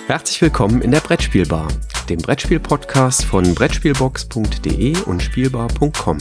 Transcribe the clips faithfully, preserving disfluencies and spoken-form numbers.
Herzlich willkommen in der Brettspielbar, dem Brettspiel-Podcast von brettspielbox punkt de und spielbar punkt com.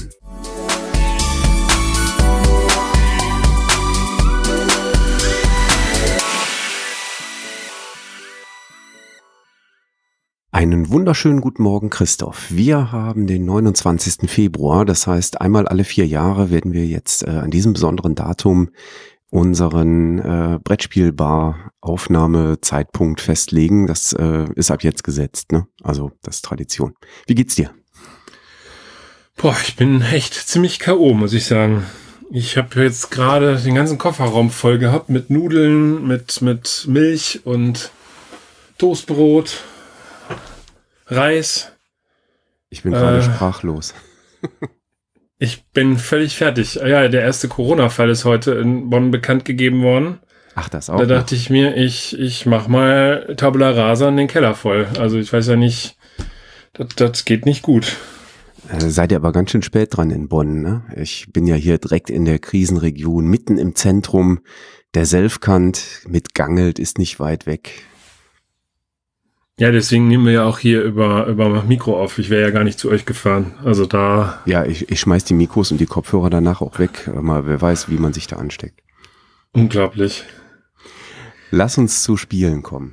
Einen wunderschönen guten Morgen, Christoph. Wir haben den neunundzwanzigsten Februar, das heißt, einmal alle vier Jahre werden wir jetzt äh, an diesem besonderen Datum unseren äh, Brettspielbar-Aufnahmezeitpunkt festlegen. Das äh, ist ab jetzt gesetzt, ne? Also das ist Tradition. Wie geht's dir? Boah, ich bin echt ziemlich K O, muss ich sagen. Ich habe jetzt gerade den ganzen Kofferraum voll gehabt mit Nudeln, mit, mit Milch und Toastbrot, Reis. Ich bin gerade äh, sprachlos. Ich bin völlig fertig. Ja, der erste Corona-Fall ist heute in Bonn bekannt gegeben worden. Ach, das auch. Da dachte noch. ich mir, ich, ich mach mal Tabula Rasa in den Keller voll. Also ich weiß ja nicht, das, das geht nicht gut. Äh, seid ihr aber ganz schön spät dran in Bonn, ne? Ich bin ja hier direkt in der Krisenregion, mitten im Zentrum. Der Selfkant mit Gangelt ist nicht weit weg. Ja, deswegen nehmen wir ja auch hier über, über Mikro auf. Ich wäre ja gar nicht zu euch gefahren. Also da... Ja, ich, ich schmeiß die Mikros und die Kopfhörer danach auch weg. Mal, wer weiß, wie man sich da ansteckt. Unglaublich. Lass uns zu Spielen kommen.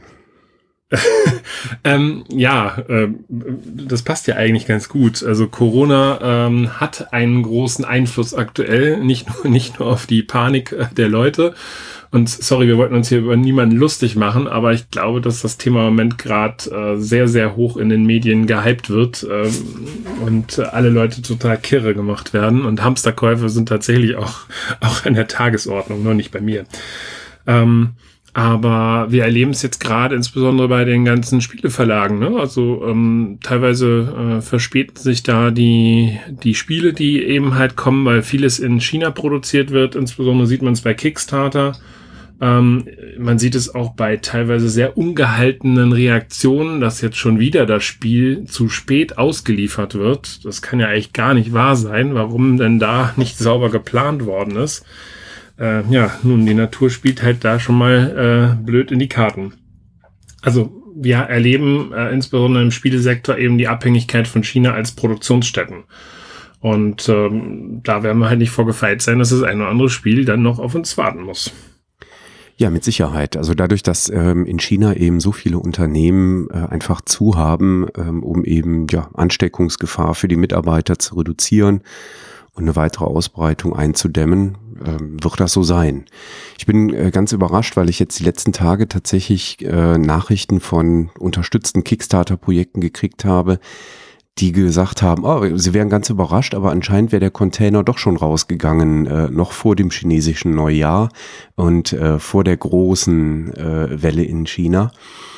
ähm, ja, äh, das passt ja eigentlich ganz gut. Also Corona ähm, hat einen großen Einfluss aktuell, nicht nur, nicht nur auf die Panik der Leute. Und sorry, wir wollten uns hier über niemanden lustig machen, aber ich glaube, dass das Thema im Moment gerade äh, sehr, sehr hoch in den Medien gehypt wird ähm, und äh, alle Leute total kirre gemacht werden. Und Hamsterkäufe sind tatsächlich auch, auch an der Tagesordnung, nur nicht bei mir. Ähm, aber wir erleben es jetzt gerade insbesondere bei den ganzen Spieleverlagen, ne? Also ähm, teilweise äh, verspäten sich da die die Spiele, die eben halt kommen, weil vieles in China produziert wird. Insbesondere sieht man es bei Kickstarter. Ähm, man sieht es auch bei teilweise sehr ungehaltenen Reaktionen, dass jetzt schon wieder das Spiel zu spät ausgeliefert wird. Das kann ja eigentlich gar nicht wahr sein, warum denn da nicht sauber geplant worden ist. Äh, ja, nun, die Natur spielt halt da schon mal äh, blöd in die Karten. Also wir erleben äh, insbesondere im Spielesektor eben die Abhängigkeit von China als Produktionsstätten. Und ähm, da werden wir halt nicht vorgefeit sein, dass das ein oder andere Spiel dann noch auf uns warten muss. Ja, mit Sicherheit. Also dadurch, dass ähm, in China eben so viele Unternehmen äh, einfach zu haben, ähm, um eben ja Ansteckungsgefahr für die Mitarbeiter zu reduzieren und eine weitere Ausbreitung einzudämmen, ähm, wird das so sein. Ich bin äh, ganz überrascht, weil ich jetzt die letzten Tage tatsächlich äh, Nachrichten von unterstützten Kickstarter-Projekten gekriegt habe, die gesagt haben, oh, sie wären ganz überrascht, aber anscheinend wäre der Container doch schon rausgegangen, äh, noch vor dem chinesischen Neujahr und äh, vor der großen äh, Welle in China.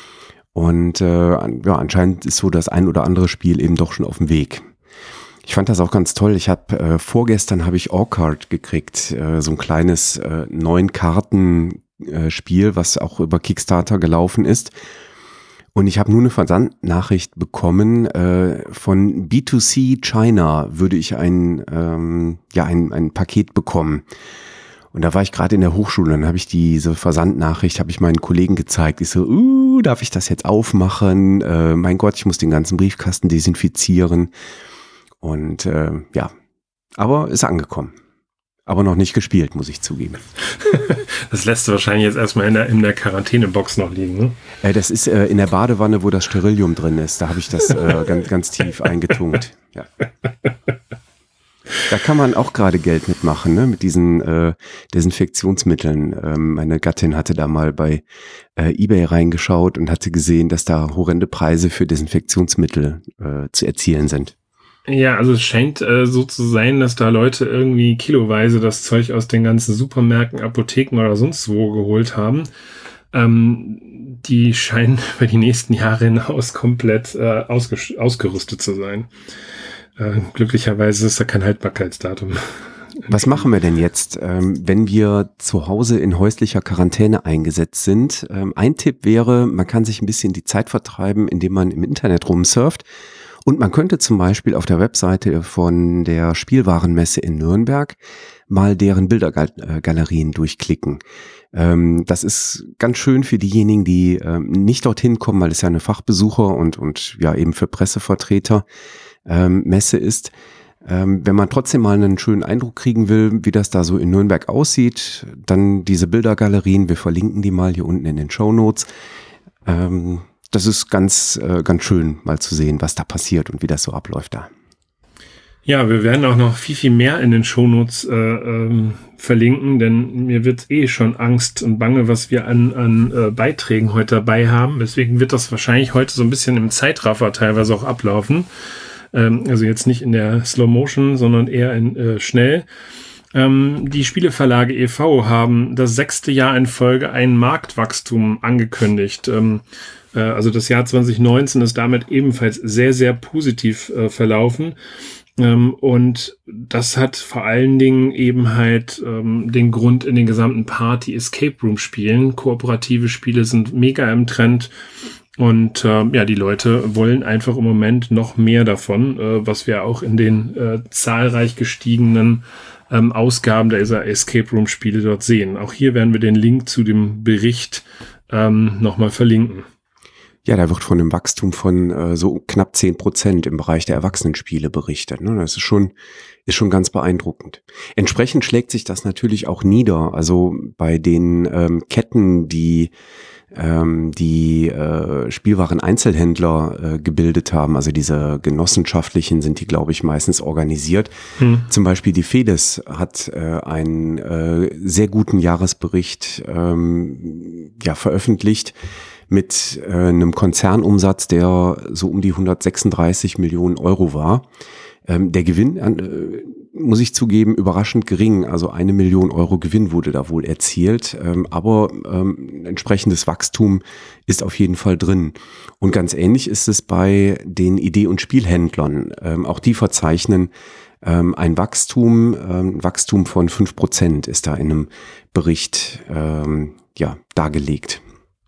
Und äh, ja, anscheinend ist so das ein oder andere Spiel eben doch schon auf dem Weg. Ich fand das auch ganz toll. Ich habe äh, vorgestern habe ich Orcard gekriegt, äh, so ein kleines äh, neun Karten äh, Spiel, was auch über Kickstarter gelaufen ist. Und ich habe nur eine Versandnachricht bekommen äh, von B zwei C China, würde ich ein ähm, ja ein ein Paket bekommen. Und da war ich gerade in der Hochschule, dann habe ich diese Versandnachricht, habe ich meinen Kollegen gezeigt. Ich so, uh, darf ich das jetzt aufmachen? Äh, mein Gott, ich muss den ganzen Briefkasten desinfizieren. Und äh, ja, aber ist angekommen. Aber noch nicht gespielt, muss ich zugeben. Das lässt du wahrscheinlich jetzt erstmal in der, in der Quarantänebox noch liegen, ne? Äh, das ist äh, in der Badewanne, wo das Sterillium drin ist. Da habe ich das äh, ganz, ganz tief eingetunkt. Ja. Da kann man auch gerade Geld mitmachen, ne? Mit diesen äh, Desinfektionsmitteln. Ähm, meine Gattin hatte da mal bei äh, eBay reingeschaut und hatte gesehen, dass da horrende Preise für Desinfektionsmittel äh, zu erzielen sind. Ja, also es scheint äh, so zu sein, dass da Leute irgendwie kiloweise das Zeug aus den ganzen Supermärkten, Apotheken oder sonst wo geholt haben. Ähm, die scheinen für die nächsten Jahre hinaus komplett äh, ausge- ausgerüstet zu sein. Äh, glücklicherweise ist da kein Haltbarkeitsdatum. Was machen wir denn jetzt, ähm, wenn wir zu Hause in häuslicher Quarantäne eingesetzt sind? Ähm, ein Tipp wäre, man kann sich ein bisschen die Zeit vertreiben, indem man im Internet rumsurft Und man könnte zum Beispiel auf der Webseite von der Spielwarenmesse in Nürnberg mal deren Bildergalerien durchklicken. Ähm, das ist ganz schön für diejenigen, die ähm, nicht dorthin kommen, weil es ja eine Fachbesucher und, und ja eben für Pressevertreter ähm, Messe ist. Ähm, wenn man trotzdem mal einen schönen Eindruck kriegen will, wie das da so in Nürnberg aussieht, dann diese Bildergalerien, wir verlinken die mal hier unten in den Shownotes. Ähm, das ist ganz, äh, ganz schön mal zu sehen, was da passiert und wie das so abläuft da. Ja, wir werden auch noch viel, viel mehr in den Shownotes äh, ähm, verlinken, denn mir wird eh schon Angst und Bange, was wir an, an äh, Beiträgen heute dabei haben. Deswegen wird das wahrscheinlich heute so ein bisschen im Zeitraffer teilweise auch ablaufen. Ähm, also jetzt nicht in der Slow Motion, sondern eher in äh, schnell. Ähm, die Spieleverlage e V haben das sechste Jahr in Folge ein Marktwachstum angekündigt. Ähm, äh, also das Jahr zwanzig neunzehn ist damit ebenfalls sehr, sehr positiv äh, verlaufen. Ähm, und das hat vor allen Dingen eben halt ähm, den Grund in den gesamten Party-Escape-Room-Spielen. Kooperative Spiele sind mega im Trend und äh, ja, die Leute wollen einfach im Moment noch mehr davon, äh, was wir auch in den äh, zahlreich gestiegenen ähm, Ausgaben dieser Escape-Room-Spiele dort sehen. Auch hier werden wir den Link zu dem Bericht ähm, nochmal verlinken. Ja, da wird von einem Wachstum von äh, so knapp zehn Prozent im Bereich der Erwachsenenspiele berichtet. Ne? Das ist schon, ist schon ganz beeindruckend. Entsprechend schlägt sich das natürlich auch nieder. Also bei den ähm, Ketten, die ähm, die äh, Spielwaren-Einzelhändler äh, gebildet haben, also diese genossenschaftlichen sind die, glaube ich, meistens organisiert. Hm. Zum Beispiel die Fedes hat äh, einen äh, sehr guten Jahresbericht ähm, ja, veröffentlicht, mit äh, einem Konzernumsatz, der so um die hundertsechsunddreißig Millionen Euro war. Ähm, der Gewinn, äh, muss ich zugeben, überraschend gering. Also eine Million Euro Gewinn wurde da wohl erzielt. Ähm, aber ähm, entsprechendes Wachstum ist auf jeden Fall drin. Und ganz ähnlich ist es bei den Idee- und Spielhändlern. Ähm, auch die verzeichnen ähm, ein Wachstum, ähm, Wachstum von fünf Prozent ist da in einem Bericht ähm, ja, dargelegt.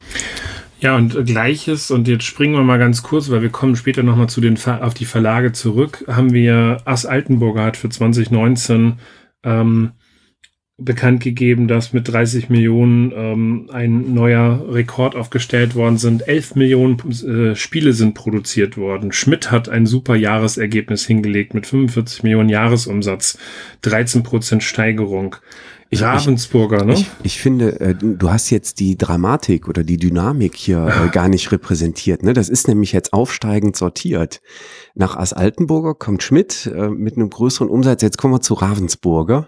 Ja, und Gleiches, und jetzt springen wir mal ganz kurz, weil wir kommen später nochmal zu den Ver- auf die Verlage zurück, haben wir Ass Altenburger hat für zwanzig neunzehn ähm, bekannt gegeben, dass mit dreißig Millionen ähm, ein neuer Rekord aufgestellt worden sind. elf Millionen äh, Spiele sind produziert worden. Schmidt hat ein super Jahresergebnis hingelegt mit fünfundvierzig Millionen Jahresumsatz, dreizehn Prozent Steigerung. Ich, Ravensburger, ich, ne? Ich, ich finde, äh, du hast jetzt die Dramatik oder die Dynamik hier äh, gar nicht repräsentiert. Ne? Das ist nämlich jetzt aufsteigend sortiert. Nach Ass Altenburger kommt Schmidt äh, mit einem größeren Umsatz. Jetzt kommen wir zu Ravensburger.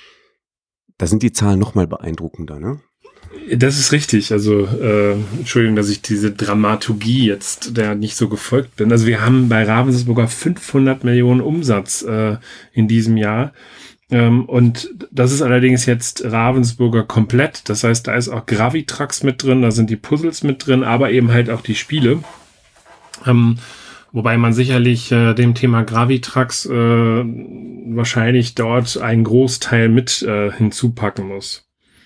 Da sind die Zahlen nochmal beeindruckender, ne? Das ist richtig. Also, äh, Entschuldigung, dass ich diese Dramaturgie jetzt da nicht so gefolgt bin. Also, wir haben bei Ravensburger fünfhundert Millionen Umsatz äh, in diesem Jahr. Ähm, und das ist allerdings jetzt Ravensburger komplett. Das heißt, da ist auch Gravitrax mit drin, da sind die Puzzles mit drin, aber eben halt auch die Spiele. Ähm, wobei man sicherlich äh, dem Thema Gravitrax äh, wahrscheinlich dort einen Großteil mit äh, hinzupacken muss.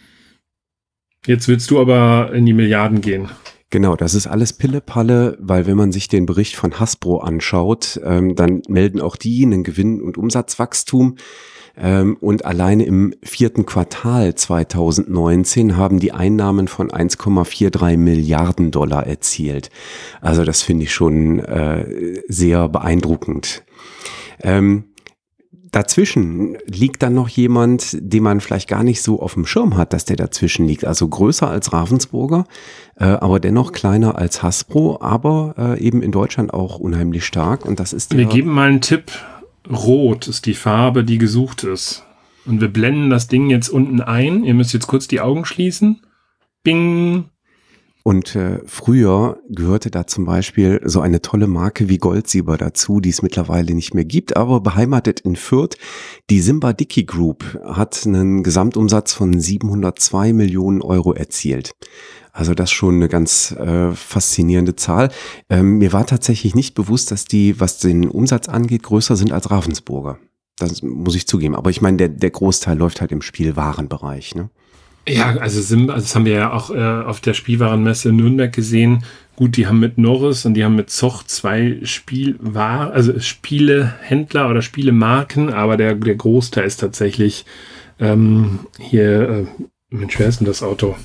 Jetzt willst du aber in die Milliarden gehen. Genau, das ist alles Pille-Palle, weil wenn man sich den Bericht von Hasbro anschaut, ähm, dann melden auch die einen Gewinn- und Umsatzwachstum. Ähm, und alleine im vierten Quartal zwanzig neunzehn haben die Einnahmen von eins Komma dreiundvierzig Milliarden Dollar erzielt. Also das finde ich schon äh, sehr beeindruckend. Ähm, Dazwischen liegt dann noch jemand, den man vielleicht gar nicht so auf dem Schirm hat, dass der dazwischen liegt. Also größer als Ravensburger, äh, aber dennoch kleiner als Hasbro, aber äh, eben in Deutschland auch unheimlich stark. Und das ist der. Wir geben mal einen Tipp. Rot ist die Farbe, die gesucht ist. Und wir blenden das Ding jetzt unten ein. Ihr müsst jetzt kurz die Augen schließen. Bing! Und äh, früher gehörte da zum Beispiel so eine tolle Marke wie Goldsieber dazu, die es mittlerweile nicht mehr gibt, aber beheimatet in Fürth. Die Simba Dickey Group hat einen Gesamtumsatz von siebenhundertzwei Millionen Euro erzielt. Also das schon eine ganz äh, faszinierende Zahl. Ähm, mir war tatsächlich nicht bewusst, dass die, was den Umsatz angeht, größer sind als Ravensburger. Das muss ich zugeben. Aber ich meine, der, der Großteil läuft halt im Spielwarenbereich, ne? Ja, also Simba, also das haben wir ja auch äh, auf der Spielwarenmesse in Nürnberg gesehen. Gut, die haben mit Norris und die haben mit Zoch zwei Spielwar also Spielehändler oder Spielemarken, aber der, der Großteil ist tatsächlich ähm, hier, äh, Mensch, wer ist denn das Auto?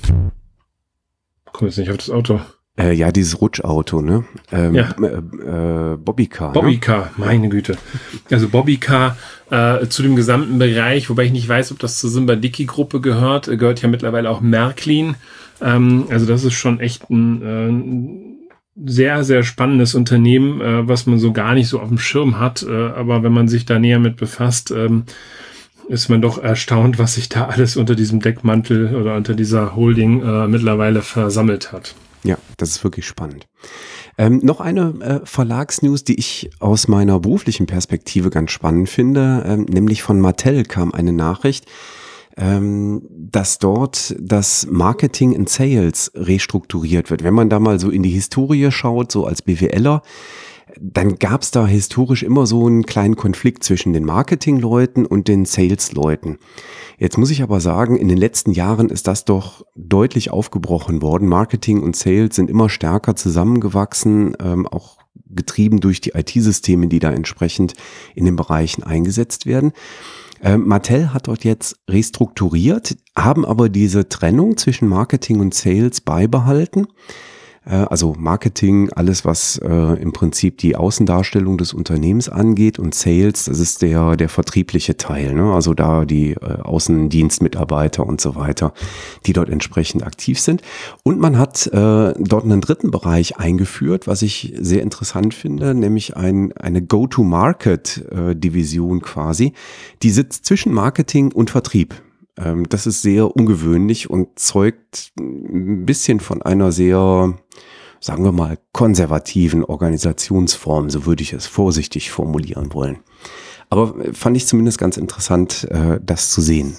Ich komme jetzt nicht auf das Auto. Äh, ja, dieses Rutschauto, ne? Ähm, ja. äh, äh, Bobbycar. Bobbycar, ne? Meine Güte. Also Bobbycar äh, zu dem gesamten Bereich, wobei ich nicht weiß, ob das zur Simba-Dicky-Gruppe gehört. Gehört ja mittlerweile auch Märklin. Ähm, also das ist schon echt ein äh, sehr, sehr spannendes Unternehmen, äh, was man so gar nicht so auf dem Schirm hat. Äh, aber wenn man sich da näher mit befasst, ähm, ist man doch erstaunt, was sich da alles unter diesem Deckmantel oder unter dieser Holding äh, mittlerweile versammelt hat. Ja, das ist wirklich spannend. Ähm, noch eine äh, Verlagsnews, die ich aus meiner beruflichen Perspektive ganz spannend finde, ähm, nämlich von Mattel kam eine Nachricht, ähm, dass dort das Marketing and Sales restrukturiert wird. Wenn man da mal so in die Historie schaut, so als BWLer, dann gab es da historisch immer so einen kleinen Konflikt zwischen den Marketingleuten und den Sales-Leuten. Jetzt muss ich aber sagen, in den letzten Jahren ist das doch deutlich aufgebrochen worden. Marketing und Sales sind immer stärker zusammengewachsen, ähm, auch getrieben durch die I T-Systeme, die da entsprechend in den Bereichen eingesetzt werden. Ähm, Mattel hat dort jetzt restrukturiert, haben aber diese Trennung zwischen Marketing und Sales beibehalten. Also Marketing, alles was äh, im Prinzip die Außendarstellung des Unternehmens angeht, und Sales, das ist der der vertriebliche Teil, ne? Also da die äh, Außendienstmitarbeiter und so weiter, die dort entsprechend aktiv sind. Und man hat äh, dort einen dritten Bereich eingeführt, was ich sehr interessant finde, nämlich ein, eine Go-to-Market-Division quasi, die sitzt zwischen Marketing und Vertrieb. Das ist sehr ungewöhnlich und zeugt ein bisschen von einer sehr, sagen wir mal, konservativen Organisationsform, so würde ich es vorsichtig formulieren wollen. Aber fand ich zumindest ganz interessant, das zu sehen.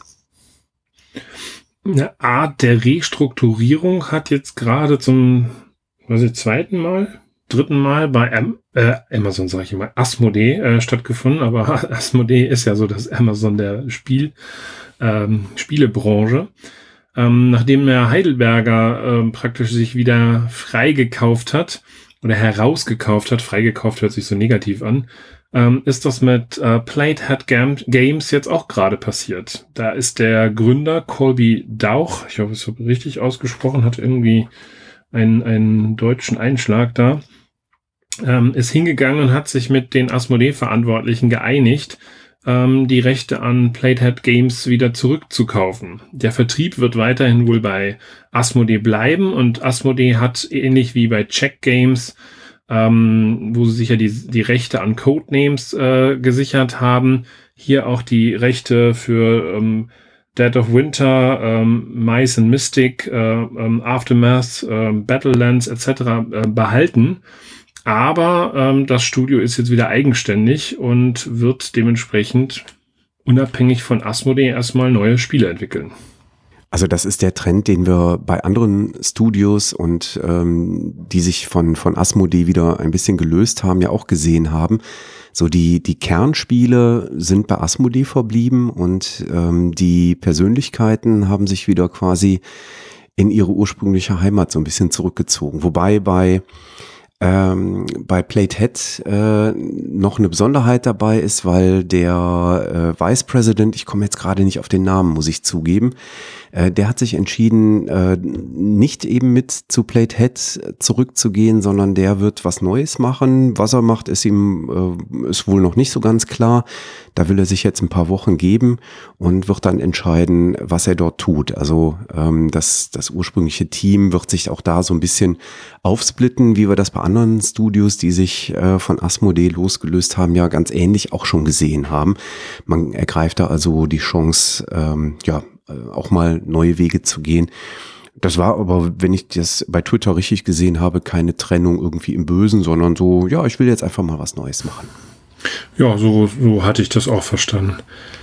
Eine Art der Restrukturierung hat jetzt gerade zum, was ich, zweiten Mal, dritten Mal bei Am- äh, Amazon, sage ich immer, Asmodee äh, stattgefunden, aber Asmodee ist ja so das Amazon der Spiel Ähm, Spielebranche, ähm, nachdem der Heidelberger ähm, praktisch sich wieder freigekauft hat oder herausgekauft hat, freigekauft hört sich so negativ an, ähm, ist das mit äh, Playhead Games jetzt auch gerade passiert. Da ist der Gründer Colby Dauch, ich hoffe, es habe richtig ausgesprochen, hat irgendwie einen, einen deutschen Einschlag da, ähm, ist hingegangen und hat sich mit den Asmodee-Verantwortlichen geeinigt, die Rechte an Playhead Games wieder zurückzukaufen. Der Vertrieb wird weiterhin wohl bei Asmodee bleiben, und Asmodee hat ähnlich wie bei Check Games, ähm, wo sie sich ja die, die Rechte an Codenames äh, gesichert haben, hier auch die Rechte für ähm, Dead of Winter, ähm, Mice and Mystic, äh, ähm, Aftermath, äh, Battlelands et cetera äh, behalten. Aber ähm, das Studio ist jetzt wieder eigenständig und wird dementsprechend unabhängig von Asmodee erstmal neue Spiele entwickeln. Also das ist der Trend, den wir bei anderen Studios und ähm, die sich von von Asmodee wieder ein bisschen gelöst haben, ja auch gesehen haben. So die die Kernspiele sind bei Asmodee verblieben, und ähm, die Persönlichkeiten haben sich wieder quasi in ihre ursprüngliche Heimat so ein bisschen zurückgezogen. Wobei bei Ähm, bei Playhead äh, noch eine Besonderheit dabei ist, weil der äh, Vice President, ich komme jetzt gerade nicht auf den Namen, muss ich zugeben, äh, der hat sich entschieden, äh, nicht eben mit zu Playhead zurückzugehen, sondern der wird was Neues machen. Was er macht, ist ihm äh, ist wohl noch nicht so ganz klar. Da will er sich jetzt ein paar Wochen geben und wird dann entscheiden, was er dort tut. Also ähm, das, das ursprüngliche Team wird sich auch da so ein bisschen aufsplitten, wie wir das bei anderen Studios, die sich äh, von Asmodee losgelöst haben, ja ganz ähnlich auch schon gesehen haben. Man ergreift da also die Chance, ähm, ja auch mal neue Wege zu gehen. Das war aber, wenn ich das bei Twitter richtig gesehen habe, keine Trennung irgendwie im Bösen, sondern so, ja, ich will jetzt einfach mal was Neues machen. Ja, so, so hatte ich das auch verstanden.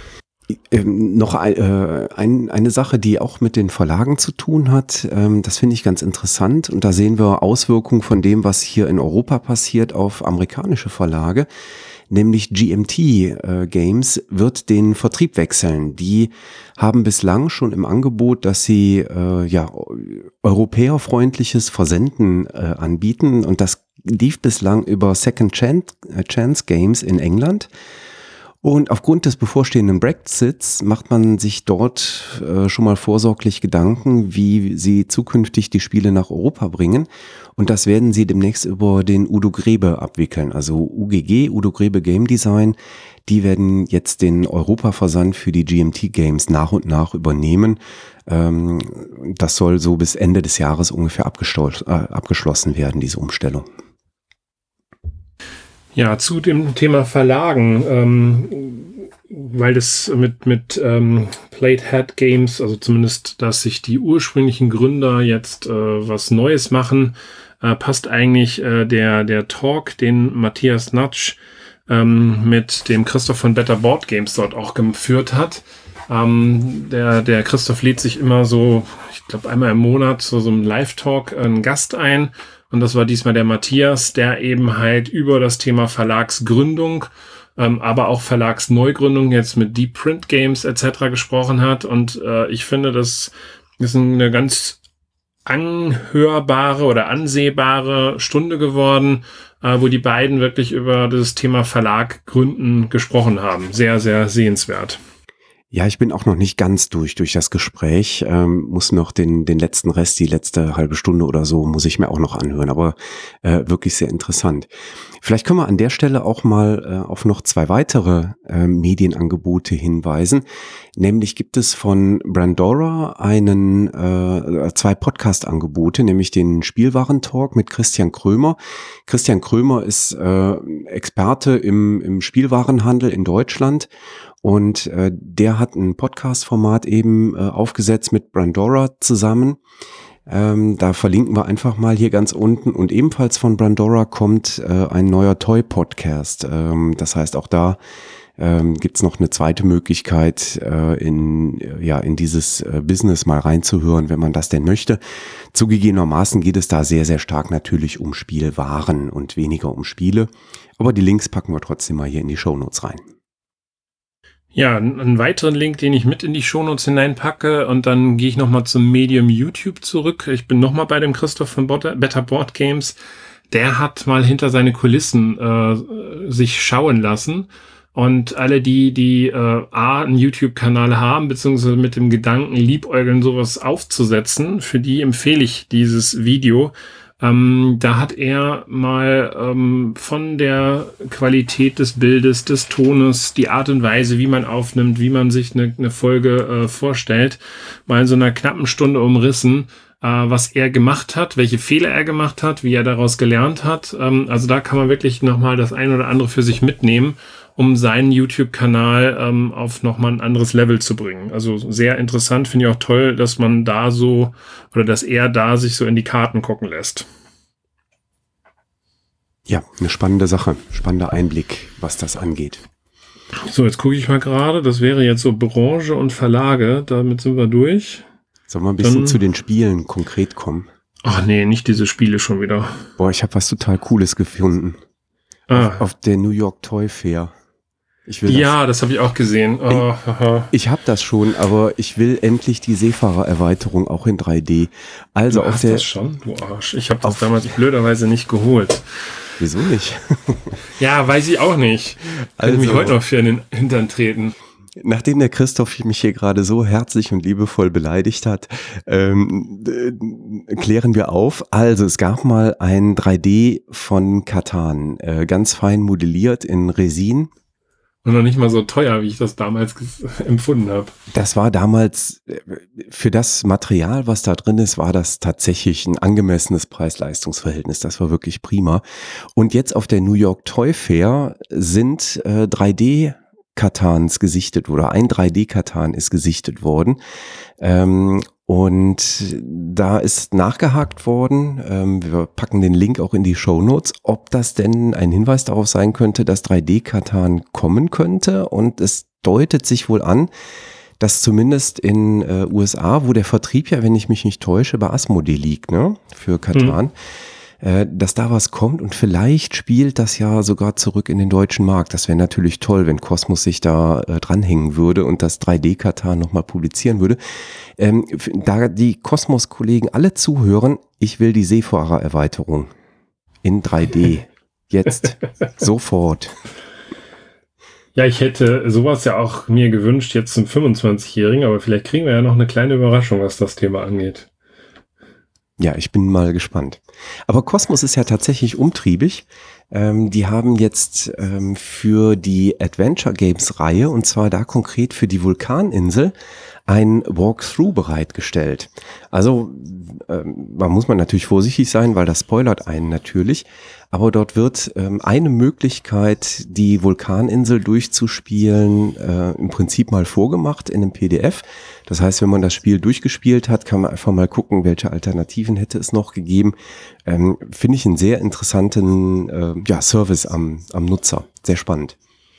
Ähm, noch ein, äh, ein, eine Sache, die auch mit den Verlagen zu tun hat, ähm, das finde ich ganz interessant, und da sehen wir Auswirkungen von dem, was hier in Europa passiert, auf amerikanische Verlage. nämlich G M T äh, Games wird den Vertrieb wechseln. Die haben bislang schon im Angebot, dass sie äh, ja europäerfreundliches Versenden äh, anbieten, und das lief bislang über Second Chance, äh, Chance Games in England. Und aufgrund des bevorstehenden Brexits macht man sich dort äh, schon mal vorsorglich Gedanken, wie sie zukünftig die Spiele nach Europa bringen. Und das werden sie demnächst über den Udo Grebe abwickeln. Also U G G, Udo Grebe Game Design, die werden jetzt den Europa-Versand für die G M T Games nach und nach übernehmen. Ähm, das soll so bis Ende des Jahres ungefähr abgeschlossen, äh, abgeschlossen werden, diese Umstellung. Ja, zu dem Thema Verlagen, ähm, weil das mit, mit ähm, Played-Hat Games, also zumindest, dass sich die ursprünglichen Gründer jetzt äh, was Neues machen, äh, passt eigentlich äh, der, der Talk, den Matthias Natsch ähm, mit dem Christoph von Better Board Games dort auch geführt hat. Ähm, der, der Christoph lädt sich immer so, ich glaube einmal im Monat so, so einen Live-Talk einen Gast ein. Und das war diesmal der Matthias, der eben halt über das Thema Verlagsgründung, ähm, aber auch Verlagsneugründung jetzt mit Deep Print Games et cetera gesprochen hat. Und äh, ich finde, das ist eine ganz anhörbare oder ansehbare Stunde geworden, äh, wo die beiden wirklich über das Thema Verlag gründen gesprochen haben. Sehr, sehr sehenswert. Ja, ich bin auch noch nicht ganz durch durch das Gespräch, ähm, muss noch den den letzten Rest, die letzte halbe Stunde oder so, muss ich mir auch noch anhören, aber äh, wirklich sehr interessant. Vielleicht können wir an der Stelle auch mal äh, auf noch zwei weitere äh, Medienangebote hinweisen. Nämlich gibt es von Brandora einen äh, zwei Podcast-Angebote, nämlich den Spielwarentalk mit Christian Krömer. Christian Krömer ist äh, Experte im, im Spielwarenhandel in Deutschland. Und äh, der hat ein Podcast-Format eben äh, aufgesetzt mit Brandora zusammen. Ähm, da verlinken wir einfach mal hier ganz unten. Und ebenfalls von Brandora kommt äh, ein neuer Toy-Podcast. Ähm, das heißt, auch da ähm, gibt's noch eine zweite Möglichkeit, äh, in ja in dieses äh, Business mal reinzuhören, wenn man das denn möchte. Zugegebenermaßen geht es da sehr, sehr stark natürlich um Spielwaren und weniger um Spiele. Aber die Links packen wir trotzdem mal hier in die Shownotes rein. Ja, einen weiteren Link, den ich mit in die Shownotes hineinpacke, und dann gehe ich nochmal zum Medium YouTube zurück. Ich bin nochmal bei dem Christoph von Better Board Games. Der hat mal hinter seine Kulissen äh, sich schauen lassen. Und alle die, die äh, A, einen YouTube-Kanal haben, beziehungsweise mit dem Gedanken liebäugeln, sowas aufzusetzen, für die empfehle ich dieses Video. Ähm, da hat er mal ähm, von der Qualität des Bildes, des Tones, die Art und Weise, wie man aufnimmt, wie man sich eine, eine Folge äh, vorstellt, mal in so einer knappen Stunde umrissen, äh, was er gemacht hat, welche Fehler er gemacht hat, wie er daraus gelernt hat. Ähm, also da kann man wirklich nochmal das ein oder andere für sich mitnehmen, um seinen YouTube-Kanal ähm, auf nochmal ein anderes Level zu bringen. Also sehr interessant, finde ich auch toll, dass man da so, oder dass er da sich so in die Karten gucken lässt. Ja, eine spannende Sache, spannender Einblick, was das angeht. So, jetzt gucke ich mal gerade, das wäre jetzt so Branche und Verlage, damit sind wir durch. Sollen wir ein bisschen Dann, zu den Spielen konkret kommen? Ach nee, nicht diese Spiele schon wieder. Boah, ich habe was total Cooles gefunden. Ah. Auf, auf der New York Toy Fair. Ich will ja, das, das habe ich auch gesehen. Oh, ich ich habe das schon, aber ich will endlich die Seefahrer-Erweiterung auch in drei D. Also du auf hast der, das schon, du Arsch. Ich habe das damals blöderweise nicht geholt. Wieso nicht? Ja, weiß ich auch nicht. Kann also, ich mich heute noch für in den Hintern treten. Nachdem der Christoph mich hier gerade so herzlich und liebevoll beleidigt hat, ähm, äh, klären wir auf. Also es gab mal ein drei D von Catan, äh, ganz fein modelliert in Resin. Und noch nicht mal so teuer, wie ich das damals empfunden habe. Das war damals, für das Material, was da drin ist, war das tatsächlich ein angemessenes Preis-Leistungs-Verhältnis. Das war wirklich prima. Und jetzt auf der New York Toy Fair sind äh, drei D Catans gesichtet oder ein drei D Catan ist gesichtet worden. Ähm, und da ist nachgehakt worden, ähm, wir packen den Link auch in die Shownotes, ob das denn ein Hinweis darauf sein könnte, dass drei D Catan kommen könnte. Und es deutet sich wohl an, dass zumindest in äh, U S A, wo der Vertrieb ja, wenn ich mich nicht täusche, bei Asmodee liegt, ne, für Catan, mhm. äh, dass da was kommt und vielleicht spielt das ja sogar zurück in den deutschen Markt. Das wäre natürlich toll, wenn Kosmos sich da äh, dranhängen würde und das drei D-Katan nochmal publizieren würde. Ähm, da die Kosmos-Kollegen alle zuhören, ich will die Seefahrer-Erweiterung in drei D. Jetzt. Sofort. Ja, ich hätte sowas ja auch mir gewünscht jetzt zum fünfundzwanzigjährigen, aber vielleicht kriegen wir ja noch eine kleine Überraschung, was das Thema angeht. Ja, ich bin mal gespannt. Aber Kosmos ist ja tatsächlich umtriebig. Ähm, die haben jetzt ähm, für die Adventure Games Reihe, und zwar da konkret für die Vulkaninsel, ein Walkthrough bereitgestellt. Also ähm, da muss man natürlich vorsichtig sein, weil das spoilert einen natürlich. Aber dort wird ähm, eine Möglichkeit, die Vulkaninsel durchzuspielen, äh, im Prinzip mal vorgemacht in einem P D F. Das heißt, wenn man das Spiel durchgespielt hat, kann man einfach mal gucken, welche Alternativen hätte es noch gegeben. Ähm, finde ich einen sehr interessanten äh, ja, Service am, am Nutzer. Sehr spannend.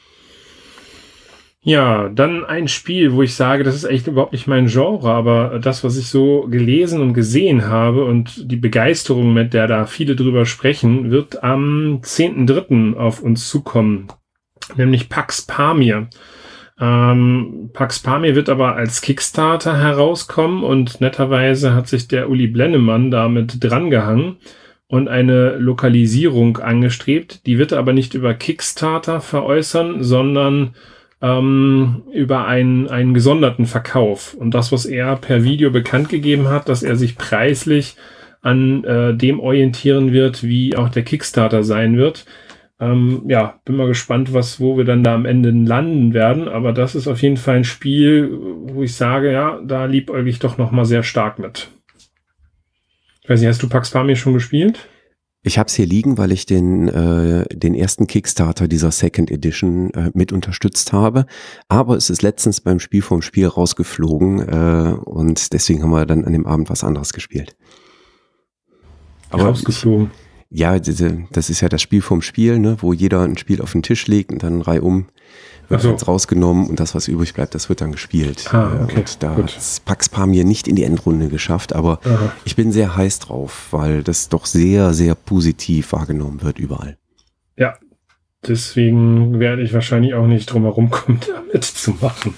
Ja, dann ein Spiel, wo ich sage, das ist echt überhaupt nicht mein Genre, aber das, was ich so gelesen und gesehen habe und die Begeisterung, mit der da viele drüber sprechen, wird am zehnten dritten auf uns zukommen, nämlich Pax Pamir. Ähm, Pax Pamir wird aber als Kickstarter herauskommen und netterweise hat sich der Uli Blennemann damit drangehangen und eine Lokalisierung angestrebt. Die wird er aber nicht über Kickstarter veräußern, sondern ähm, über einen, einen gesonderten Verkauf. Und das, was er per Video bekannt gegeben hat, dass er sich preislich an äh, dem orientieren wird, wie auch der Kickstarter sein wird. Ähm, ja, bin mal gespannt, was, wo wir dann da am Ende landen werden. Aber das ist auf jeden Fall ein Spiel, wo ich sage, ja, da liebäugel ich doch noch mal sehr stark mit. Ich weiß nicht, hast du Pax Pamir schon gespielt? Ich habe es hier liegen, weil ich den äh, den ersten Kickstarter dieser Second Edition äh, mit unterstützt habe. Aber es ist letztens beim Spiel vom Spiel rausgeflogen äh, und deswegen haben wir dann an dem Abend was anderes gespielt. Aber rausgeflogen? Ich, ja, diese, das ist ja das Spiel vom Spiel, ne, wo jeder ein Spiel auf den Tisch legt und dann reihum wird so. jetzt rausgenommen und das, was übrig bleibt, das wird dann gespielt. Ah, okay. Und da hat Pax Pamir nicht in die Endrunde geschafft, aber Aha. ich bin sehr heiß drauf, weil das doch sehr, sehr positiv wahrgenommen wird überall. Ja, deswegen werde ich wahrscheinlich auch nicht drum herum kommen, damit zu machen.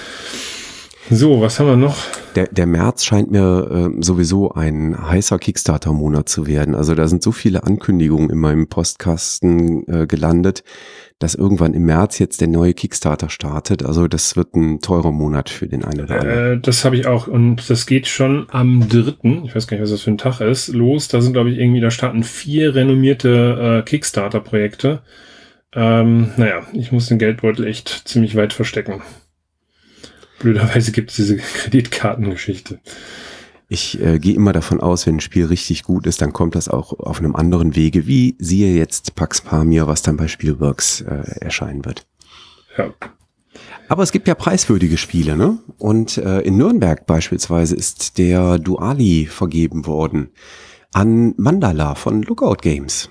So, was haben wir noch? Der, der März scheint mir äh, sowieso ein heißer Kickstarter-Monat zu werden. Also da sind so viele Ankündigungen in meinem Postkasten äh, gelandet, dass irgendwann im März jetzt der neue Kickstarter startet. Also das wird ein teurer Monat für den einen oder anderen. Äh, das habe ich auch. Und das geht schon am dritten, ich weiß gar nicht, was das für ein Tag ist, los. Da sind, glaube ich, irgendwie, da starten vier renommierte äh, Kickstarter-Projekte. Ähm, naja, ich muss den Geldbeutel echt ziemlich weit verstecken. Blöderweise gibt es diese Kreditkartengeschichte. Ich äh, gehe immer davon aus, wenn ein Spiel richtig gut ist, dann kommt das auch auf einem anderen Wege, wie siehe jetzt Pax Pamir, was dann bei Spielworks äh, erscheinen wird. Ja. Aber es gibt ja preiswürdige Spiele, ne? Und äh, in Nürnberg beispielsweise ist der Duali vergeben worden an Mandala von Lookout Games.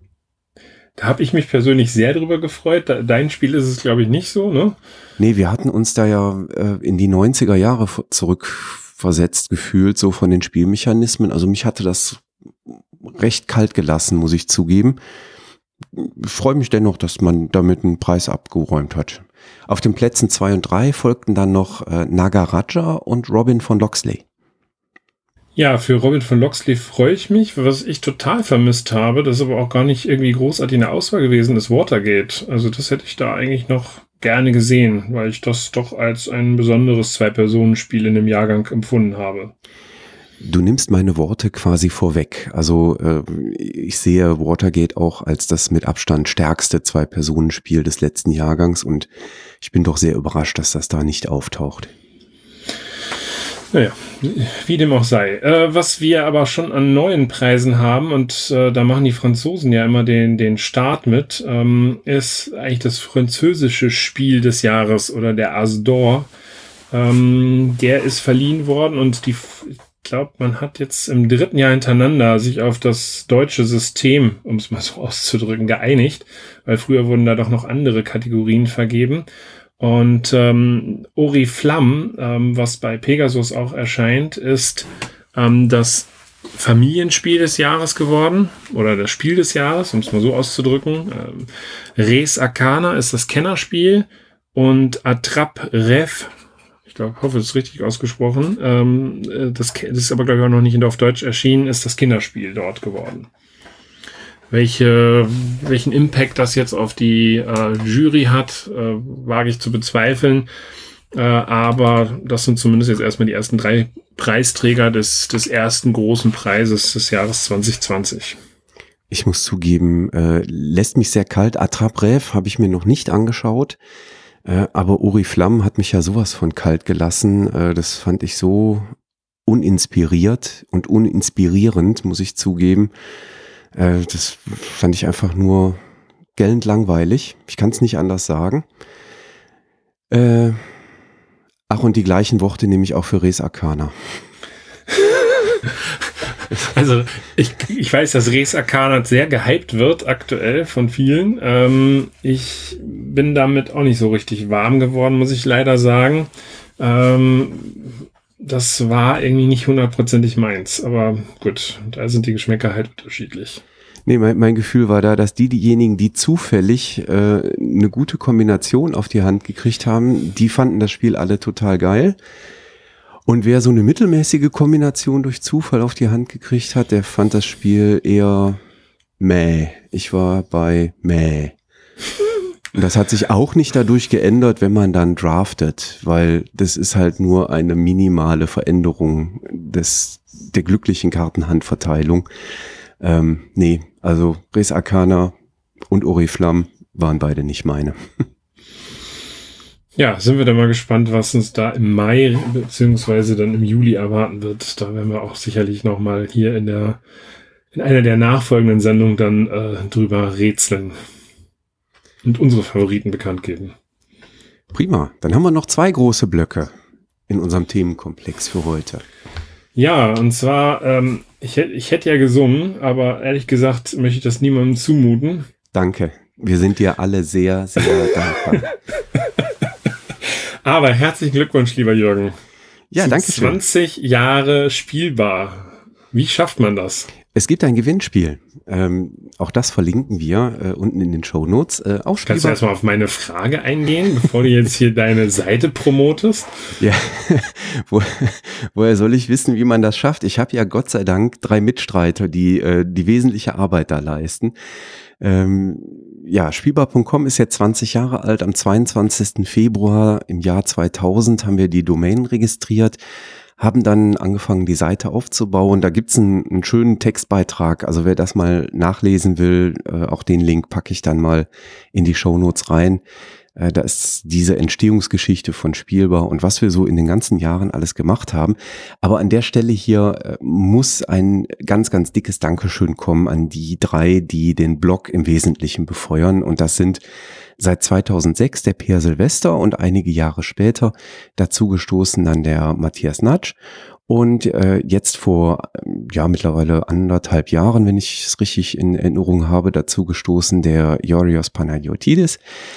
Da habe ich mich persönlich sehr drüber gefreut. Dein Spiel ist es, glaube ich, nicht so, ne? Nee, wir hatten uns da ja äh, in die neunziger Jahre zurückversetzt gefühlt, so von den Spielmechanismen. Also mich hatte das recht kalt gelassen, muss ich zugeben. Ich freue mich dennoch, dass man damit einen Preis abgeräumt hat. Auf den Plätzen zwei und drei folgten dann noch äh, Nagaraja und Robin von Loxley. Ja, für Robin von Loxley freue ich mich. Was ich total vermisst habe, das ist aber auch gar nicht irgendwie großartig eine Auswahl gewesen, ist Watergate. Also das hätte ich da eigentlich noch gerne gesehen, weil ich das doch als ein besonderes Zwei-Personen-Spiel in dem Jahrgang empfunden habe. Du nimmst meine Worte quasi vorweg. Also äh, ich sehe Watergate auch als das mit Abstand stärkste Zwei-Personen-Spiel des letzten Jahrgangs und ich bin doch sehr überrascht, dass das da nicht auftaucht. Naja, wie dem auch sei. Äh, was wir aber schon an neuen Preisen haben, und äh, da machen die Franzosen ja immer den, den Start mit, ähm, ist eigentlich das französische Spiel des Jahres oder der As d'Or. Ähm, der ist verliehen worden und die, ich glaube, man hat jetzt im dritten Jahr hintereinander sich auf das deutsche System, um es mal so auszudrücken, geeinigt, weil früher wurden da doch noch andere Kategorien vergeben. Und ähm, Oriflamme, ähm, was bei Pegasus auch erscheint, ist ähm, das Familienspiel des Jahres geworden oder das Spiel des Jahres, um es mal so auszudrücken. Ähm, Res Arcana ist das Kennerspiel und Attrape Rêve, ich glaube, hoffe, es ist richtig ausgesprochen, ähm, das, das ist aber, glaube ich, auch noch nicht auf Deutsch erschienen, ist das Kinderspiel dort geworden. Welche, welchen Impact das jetzt auf die äh, Jury hat, äh, wage ich zu bezweifeln. Äh, aber das sind zumindest jetzt erstmal die ersten drei Preisträger des, des ersten großen Preises des Jahres zwanzig zwanzig. Ich muss zugeben, äh, lässt mich sehr kalt. Attrape Rêve habe ich mir noch nicht angeschaut, äh, aber Oriflamme hat mich ja sowas von kalt gelassen. Äh, das fand ich so uninspiriert und uninspirierend, muss ich zugeben. Äh, das fand ich einfach nur gellend langweilig. Ich kann es nicht anders sagen. Äh, ach, und die gleichen Worte nehme ich auch für Res Arcana. Also ich, ich weiß, dass Res Arcana sehr gehypt wird aktuell von vielen. Ähm, ich bin damit auch nicht so richtig warm geworden, muss ich leider sagen. Ähm, das war irgendwie nicht hundertprozentig meins. Aber gut, da sind die Geschmäcker halt unterschiedlich. Nee, mein, mein Gefühl war da, dass die diejenigen, die zufällig äh, eine gute Kombination auf die Hand gekriegt haben, die fanden das Spiel alle total geil. Und wer so eine mittelmäßige Kombination durch Zufall auf die Hand gekriegt hat, der fand das Spiel eher mäh. Ich war bei mäh. Und das hat sich auch nicht dadurch geändert, wenn man dann draftet, weil das ist halt nur eine minimale Veränderung des der glücklichen Kartenhandverteilung. Ähm, nee, also Res Arcana und Oriflamme waren beide nicht meine. Ja, sind wir da mal gespannt, was uns da im Mai beziehungsweise dann im Juli erwarten wird. Da werden wir auch sicherlich nochmal hier in der in einer der nachfolgenden Sendungen dann äh, drüber rätseln und unsere Favoriten bekannt geben. Prima, dann haben wir noch zwei große Blöcke in unserem Themenkomplex für heute. Ja, und zwar, ähm, ich, hätt, ich hätte ja gesungen, aber ehrlich gesagt möchte ich das niemandem zumuten. Danke, wir sind dir alle sehr, sehr dankbar. Aber herzlichen Glückwunsch, lieber Jürgen. Ja, danke schön. zwanzig Jahre spielbar. Wie schafft man das? Es gibt ein Gewinnspiel. Ähm, auch das verlinken wir äh, unten in den Shownotes. Äh, auch Kannst du erstmal auf meine Frage eingehen, bevor du jetzt hier deine Seite promotest? Ja, Wo, woher soll ich wissen, wie man das schafft? Ich habe ja Gott sei Dank drei Mitstreiter, die äh, die wesentliche Arbeit da leisten. Ähm, ja, Spielbar Punkt com ist jetzt zwanzig Jahre alt. Am zweiundzwanzigsten Februar im Jahr zweitausend haben wir die Domain registriert, haben dann angefangen, die Seite aufzubauen. Da gibt's einen, einen schönen Textbeitrag. Also wer das mal nachlesen will, äh, auch den Link packe ich dann mal in die Shownotes rein. Äh, da ist diese Entstehungsgeschichte von Spielbar und was wir so in den ganzen Jahren alles gemacht haben. Aber an der Stelle hier äh, muss ein ganz, ganz dickes Dankeschön kommen an die drei, die den Blog im Wesentlichen befeuern. Und das sind seit zweitausendsechs der Peer Silvester und einige Jahre später dazu gestoßen dann der Matthias Natsch und äh, jetzt vor ja mittlerweile anderthalb Jahren, wenn ich es richtig in Erinnerung habe, dazu gestoßen der Yorios Panagiotidis.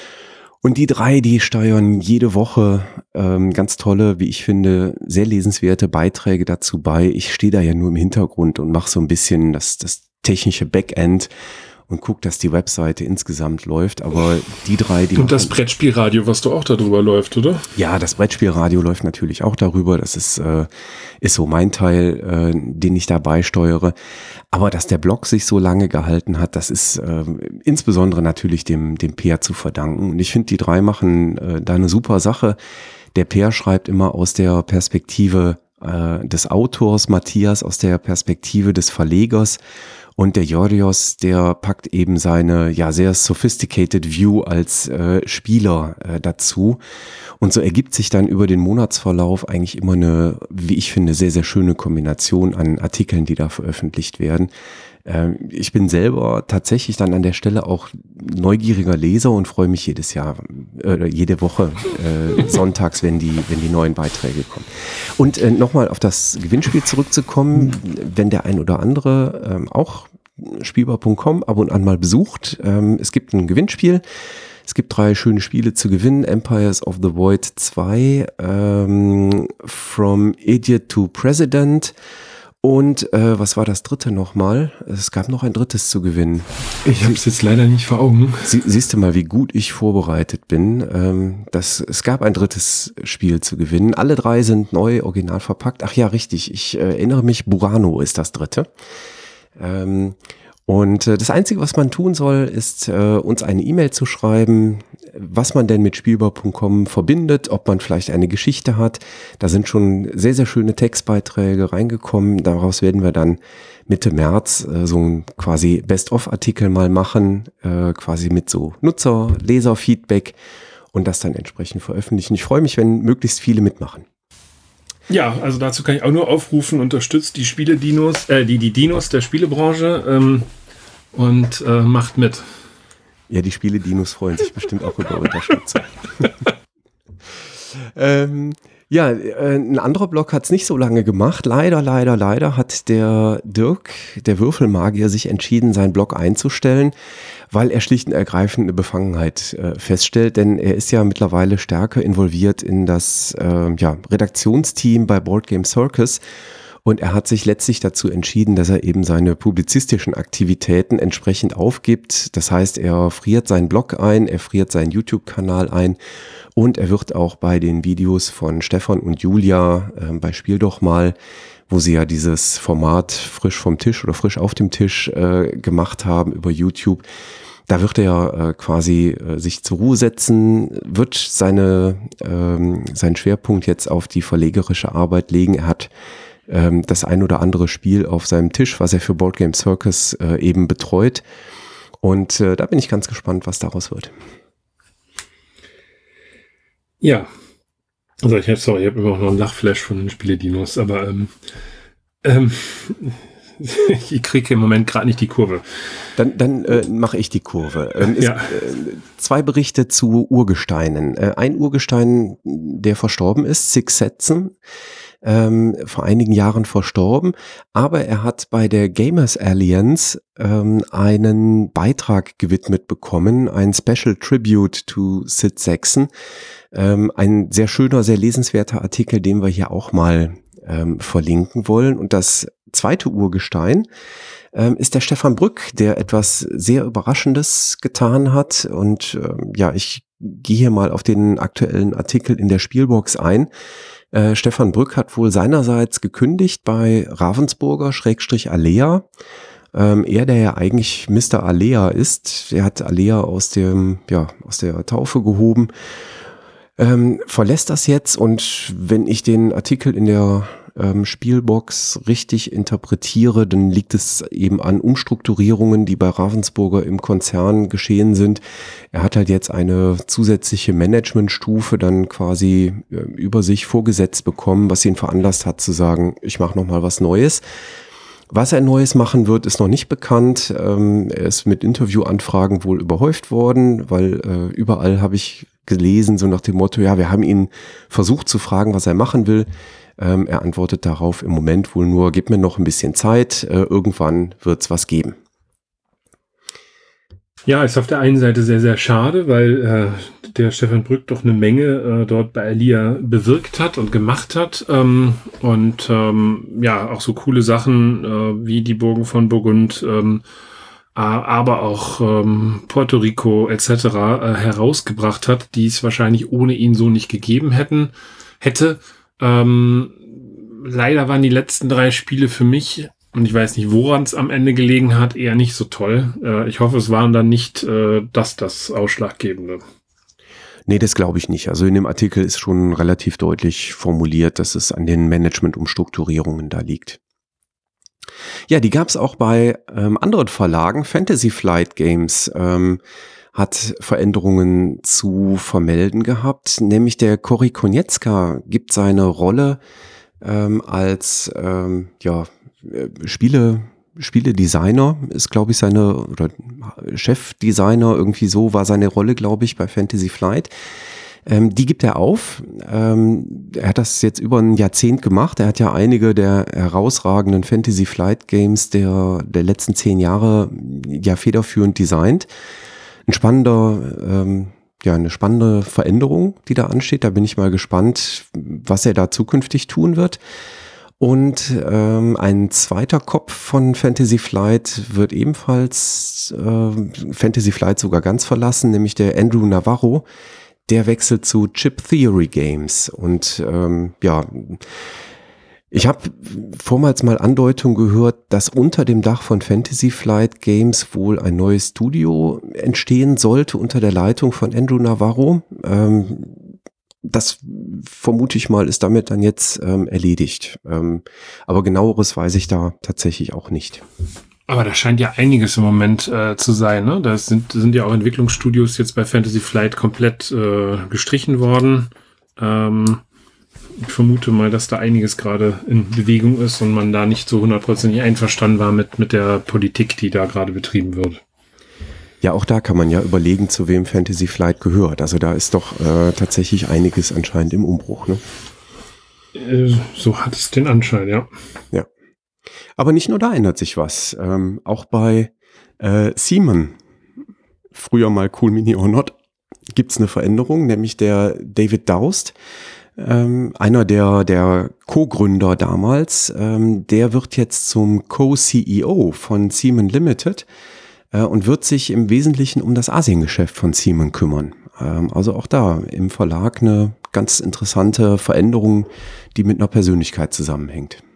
Und die drei, die steuern jede Woche ähm, ganz tolle, wie ich finde, sehr lesenswerte Beiträge dazu bei. Ich stehe da ja nur im Hintergrund und mache so ein bisschen das, das technische Backend und guck, dass die Webseite insgesamt läuft, aber die drei, die... Und das Brettspielradio, was du auch darüber läuft, oder? Ja, das Brettspielradio läuft natürlich auch darüber, das ist, äh, ist so mein Teil, äh, den ich dabei steuere, aber dass der Blog sich so lange gehalten hat, das ist äh, insbesondere natürlich dem, dem Peer zu verdanken und ich finde, die drei machen äh, da eine super Sache. Der Peer schreibt immer aus der Perspektive äh, des Autors, Matthias aus der Perspektive des Verlegers. Und der Yorios, der packt eben seine ja sehr sophisticated View als äh, Spieler äh, dazu. Und so ergibt sich dann über den Monatsverlauf eigentlich immer eine, wie ich finde, sehr, sehr schöne Kombination an Artikeln, die da veröffentlicht werden. Ähm, ich bin selber tatsächlich dann an der Stelle auch neugieriger Leser und freue mich jedes Jahr, äh, jede Woche äh, sonntags, wenn die, wenn die neuen Beiträge kommen. Und äh, nochmal auf das Gewinnspiel zurückzukommen, wenn der ein oder andere ähm, auch Spielbar Punkt com ab und an mal besucht. Ähm, es gibt ein Gewinnspiel. Es gibt drei schöne Spiele zu gewinnen. Empires of the Void zwei, ähm, From Idiot to President Und äh, was war das dritte nochmal? Es gab noch ein drittes zu gewinnen. Ich habe es jetzt leider nicht vor Augen. Sie, siehst du mal, wie gut ich vorbereitet bin. Ähm, das, es gab ein drittes Spiel zu gewinnen. Alle drei sind neu, original verpackt. Ach ja, richtig. Ich äh, erinnere mich, Burano ist das dritte. Ähm, und äh, das Einzige, was man tun soll, ist äh, uns eine E-Mail zu schreiben, was man denn mit Spielbau Punkt com verbindet, ob man vielleicht eine Geschichte hat. Da sind schon sehr, sehr schöne Textbeiträge reingekommen. Daraus werden wir dann Mitte März äh, so ein quasi Best-of-Artikel mal machen, äh, quasi mit so Nutzer-, Leser-Feedback und das dann entsprechend veröffentlichen. Ich freue mich, wenn möglichst viele mitmachen. Ja, also dazu kann ich auch nur aufrufen, unterstützt die Spiele-Dinos, äh, die, die Dinos der Spielebranche ähm, und äh, macht mit. Ja, die Spiele-Dinos freuen sich bestimmt auch über Unterstützung. ähm, ja, äh, ein anderer Blog hat es nicht so lange gemacht. Leider, leider, leider hat der Dirk, der Würfelmagier, sich entschieden, seinen Blog einzustellen, weil er schlicht und ergreifend eine Befangenheit äh, feststellt, denn er ist ja mittlerweile stärker involviert in das äh, ja, Redaktionsteam bei Board Game Circus. Und er hat sich letztlich dazu entschieden, dass er eben seine publizistischen Aktivitäten entsprechend aufgibt. Das heißt, er friert seinen Blog ein, er friert seinen YouTube-Kanal ein und er wird auch bei den Videos von Stefan und Julia äh, bei Spiel doch mal, wo sie ja dieses Format frisch vom Tisch oder frisch auf dem Tisch äh, gemacht haben über YouTube. Da wird er äh, quasi äh, sich zur Ruhe setzen, wird seine, ähm, seinen Schwerpunkt jetzt auf die verlegerische Arbeit legen. Er hat das ein oder andere Spiel auf seinem Tisch, was er für Board Game Circus äh, eben betreut. Und äh, da bin ich ganz gespannt, was daraus wird. Ja, also ich habe, sorry, ich habe immer noch einen Lachflash von den Spiele-Dinos, aber ähm, ähm, ich kriege im Moment gerade nicht die Kurve. Dann, dann äh, mache ich die Kurve. Ähm, ja. ist, äh, zwei Berichte zu Urgesteinen. Äh, ein Urgestein, der verstorben ist, Six Setzen, Ähm, vor einigen Jahren verstorben, aber er hat bei der Gamers Alliance ähm, einen Beitrag gewidmet bekommen, ein Special Tribute to Sid Sexton, ähm, ein sehr schöner, sehr lesenswerter Artikel, den wir hier auch mal ähm, verlinken wollen. Und das zweite Urgestein ähm, ist der Stefan Brück, der etwas sehr Überraschendes getan hat und ähm, ja, ich gehe hier mal auf den aktuellen Artikel in der Spielbox ein. Äh, Stefan Brück hat wohl seinerseits gekündigt bei Ravensburger Schrägstrich Alea. Ähm, er, der ja eigentlich Mister Alea ist, der hat Alea aus dem, ja, aus der Taufe gehoben, ähm, verlässt das jetzt und wenn ich den Artikel in der ähm, Spielbox richtig interpretiere, dann liegt es eben an Umstrukturierungen, die bei Ravensburger im Konzern geschehen sind. Er hat halt jetzt eine zusätzliche Managementstufe dann quasi äh, über sich vorgesetzt bekommen, was ihn veranlasst hat zu sagen, ich mache nochmal was Neues. Was er Neues machen wird, ist noch nicht bekannt. Ähm, er ist mit Interviewanfragen wohl überhäuft worden, weil äh, überall habe ich gelesen, so nach dem Motto, ja, wir haben ihn versucht zu fragen, was er machen will. Ähm, er antwortet darauf im Moment wohl nur, gib mir noch ein bisschen Zeit, äh, irgendwann wird's was geben. Ja, ist auf der einen Seite sehr, sehr schade, weil äh, der Stefan Brück doch eine Menge äh, dort bei Alea bewirkt hat und gemacht hat. Ähm, und ähm, ja, auch so coole Sachen äh, wie die Burgen von Burgund, ähm, aber auch ähm, Puerto Rico et cetera äh, herausgebracht hat, die es wahrscheinlich ohne ihn so nicht gegeben hätten, hätte. Ähm, leider waren die letzten drei Spiele für mich, und ich weiß nicht, woran es am Ende gelegen hat, eher nicht so toll. Äh, ich hoffe, es waren dann nicht äh, das das Ausschlaggebende. Nee, das glaube ich nicht. Also in dem Artikel ist schon relativ deutlich formuliert, dass es an den Management-Umstrukturierungen da liegt. Ja, die gab es auch bei ähm, anderen Verlagen. Fantasy Flight Games ähm, hat Veränderungen zu vermelden gehabt, nämlich der Cory Konietzka gibt seine Rolle ähm, als ähm, ja, Spiele Spieledesigner, ist glaube ich seine, oder Chefdesigner, irgendwie so war seine Rolle, glaube ich, bei Fantasy Flight. Ähm, die gibt er auf. Ähm, er hat das jetzt über ein Jahrzehnt gemacht. Er hat ja einige der herausragenden Fantasy Flight Games der, der letzten zehn Jahre ja federführend designt. Ein spannender, ähm, ja, eine spannende Veränderung, die da ansteht. Da bin ich mal gespannt, was er da zukünftig tun wird. Und ähm, ein zweiter Kopf von Fantasy Flight wird ebenfalls äh, Fantasy Flight sogar ganz verlassen, nämlich der Andrew Navarro. Der wechselt zu Chip Theory Games. Und ähm, ja, ich habe vormals mal Andeutung gehört, dass unter dem Dach von Fantasy Flight Games wohl ein neues Studio entstehen sollte unter der Leitung von Andrew Navarro. Ähm, Das vermute ich mal, ist damit dann jetzt ähm, erledigt. Ähm, aber genaueres weiß ich da tatsächlich auch nicht. Aber da scheint ja einiges im Moment äh, zu sein, ne? Da sind, sind ja auch Entwicklungsstudios jetzt bei Fantasy Flight komplett äh, gestrichen worden. Ähm, ich vermute mal, dass da einiges gerade in Bewegung ist und man da nicht so hundertprozentig einverstanden war mit, mit der Politik, die da gerade betrieben wird. Ja, auch da kann man ja überlegen, zu wem Fantasy Flight gehört. Also da ist doch äh, tatsächlich einiges anscheinend im Umbruch, ne? Äh, so hat es den Anschein, ja. Ja. Aber nicht nur da ändert sich was. Ähm, auch bei äh, Simon, früher mal Cool Mini or Not, gibt es eine Veränderung, nämlich der David Daust, ähm, einer der, der Co-Gründer damals, ähm, der wird jetzt zum Co-C E O von Simon Limited und wird sich im Wesentlichen um das Asiengeschäft von Simon kümmern. Also auch da im Verlag eine ganz interessante Veränderung, die mit einer Persönlichkeit zusammenhängt.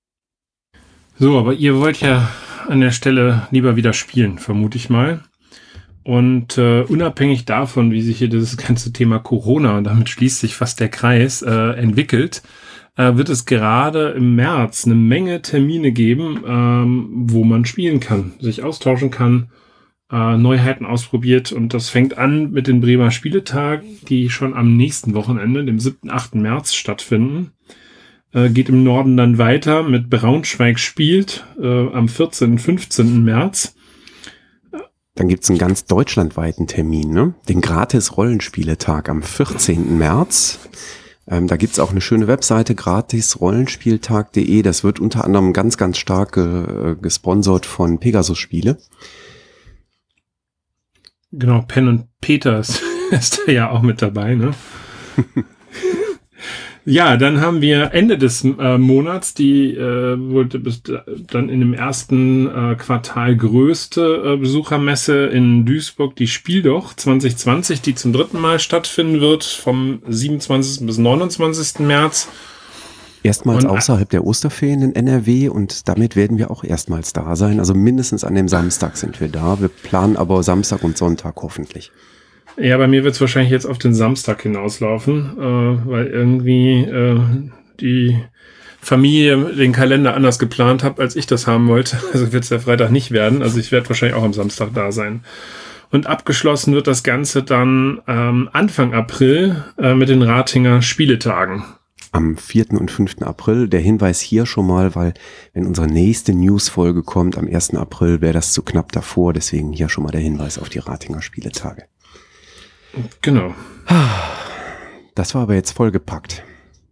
So, aber ihr wollt ja an der Stelle lieber wieder spielen, vermute ich mal. Und äh, unabhängig davon, wie sich hier das ganze Thema Corona, und damit schließt sich fast der Kreis, äh, entwickelt, äh, wird es gerade im März eine Menge Termine geben, ähm, wo man spielen kann, sich austauschen kann, äh, Neuheiten ausprobiert. Und das fängt an mit den Bremer Spieletagen, die schon am nächsten Wochenende, dem siebten, achten März stattfinden. Äh, geht im Norden dann weiter mit Braunschweig spielt äh, am vierzehnten, fünfzehnten März. Dann gibt's einen ganz deutschlandweiten Termin, ne? Den Gratis-Rollenspieletag am vierzehnten März. Ähm, da gibt's auch eine schöne Webseite, gratis rollenspieltag punkt de. Das wird unter anderem ganz, ganz stark ge- gesponsert von Pegasus Spiele. Genau, Pen und Peter ist, ist da ja auch mit dabei, ne? Ja, dann haben wir Ende des äh, Monats die äh, wohl bis dann in dem ersten äh, Quartal größte äh, Besuchermesse in Duisburg, die Spiel doch zwanzig zwanzig, die zum dritten Mal stattfinden wird, vom siebenundzwanzigsten bis neunundzwanzigsten März. Erstmals und, außerhalb der Osterferien in N R W und damit werden wir auch erstmals da sein. Also mindestens an dem Samstag sind wir da. Wir planen aber Samstag und Sonntag hoffentlich. Ja, bei mir wird es wahrscheinlich jetzt auf den Samstag hinauslaufen, äh, weil irgendwie äh, die Familie den Kalender anders geplant hat, als ich das haben wollte. Also wird es der Freitag nicht werden. Also ich werde wahrscheinlich auch am Samstag da sein. Und abgeschlossen wird das Ganze dann ähm, Anfang April äh, mit den Ratinger Spieletagen. Am vierten und fünften April. Der Hinweis hier schon mal, weil wenn unsere nächste News-Folge kommt, am ersten April wäre das zu knapp davor. Deswegen hier schon mal der Hinweis auf die Ratinger Spieletage. Genau. Das war aber jetzt vollgepackt.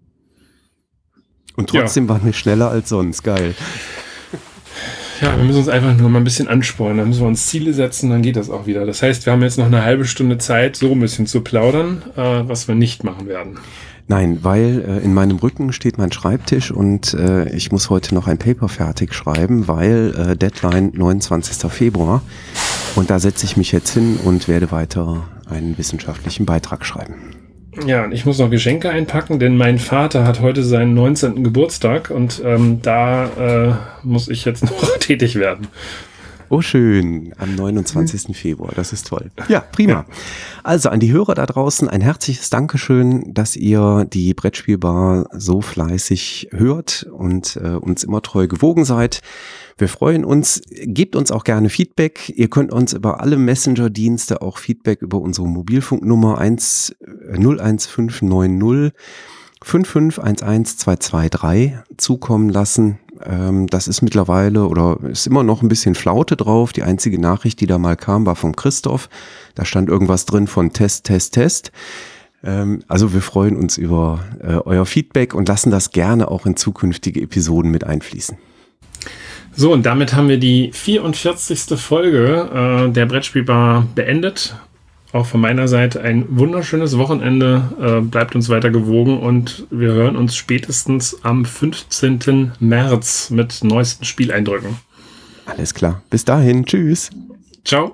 Und trotzdem ja. waren wir schneller als sonst. Geil. Ja, wir müssen uns einfach nur mal ein bisschen anspornen. Dann müssen wir uns Ziele setzen, dann geht das auch wieder. Das heißt, wir haben jetzt noch eine halbe Stunde Zeit, so ein bisschen zu plaudern, äh, was wir nicht machen werden. Nein, weil äh, in meinem Rücken steht mein Schreibtisch und äh, ich muss heute noch ein Paper fertig schreiben, weil äh, Deadline neunundzwanzigsten Februar. Und da setze ich mich jetzt hin und werde weiter einen wissenschaftlichen Beitrag schreiben. Ja, und ich muss noch Geschenke einpacken, denn mein Vater hat heute seinen neunzehnten Geburtstag und ähm, da äh, muss ich jetzt noch tätig werden. Oh schön, am neunundzwanzigsten Februar, das ist toll. Ja, prima. Ja. Also an die Hörer da draußen ein herzliches Dankeschön, dass ihr die Brettspielbar so fleißig hört und äh, uns immer treu gewogen seid. Wir freuen uns, gebt uns auch gerne Feedback. Ihr könnt uns über alle Messenger-Dienste auch Feedback über unsere Mobilfunknummer null eins fünf neun null fünf fünf eins eins zwei zwei drei zukommen lassen. Ähm, das ist mittlerweile oder ist immer noch ein bisschen Flaute drauf. Die einzige Nachricht, die da mal kam, war von Christoph. Da stand irgendwas drin von Test, Test, Test. Ähm, also wir freuen uns über äh, euer Feedback und lassen das gerne auch in zukünftige Episoden mit einfließen. So, und damit haben wir die vierundvierzigste Folge äh, der Brettspielbar beendet. auch von meiner Seite ein wunderschönes Wochenende. Äh, bleibt uns weiter gewogen und wir hören uns spätestens am fünfzehnten März mit neuesten Spieleindrücken. Alles klar. Bis dahin. Tschüss. Ciao.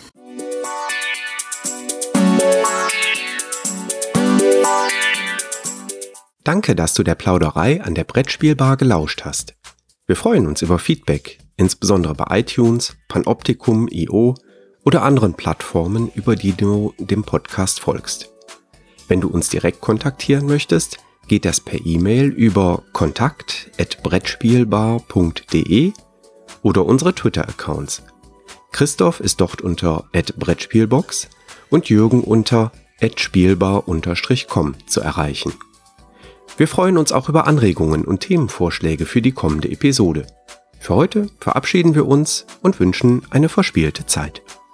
Danke, dass du der Plauderei an der Brettspielbar gelauscht hast. Wir freuen uns über Feedback, insbesondere bei iTunes, Panoptikum punkt io oder anderen Plattformen, über die du dem Podcast folgst. Wenn du uns direkt kontaktieren möchtest, geht das per E-Mail über kontakt at brettspielbar punkt de oder unsere Twitter-Accounts. Christoph ist dort unter at brettspielbox und Jürgen unter at spielbar unterstrich com zu erreichen. Wir freuen uns auch über Anregungen und Themenvorschläge für die kommende Episode. Für heute verabschieden wir uns und wünschen eine verspielte Zeit.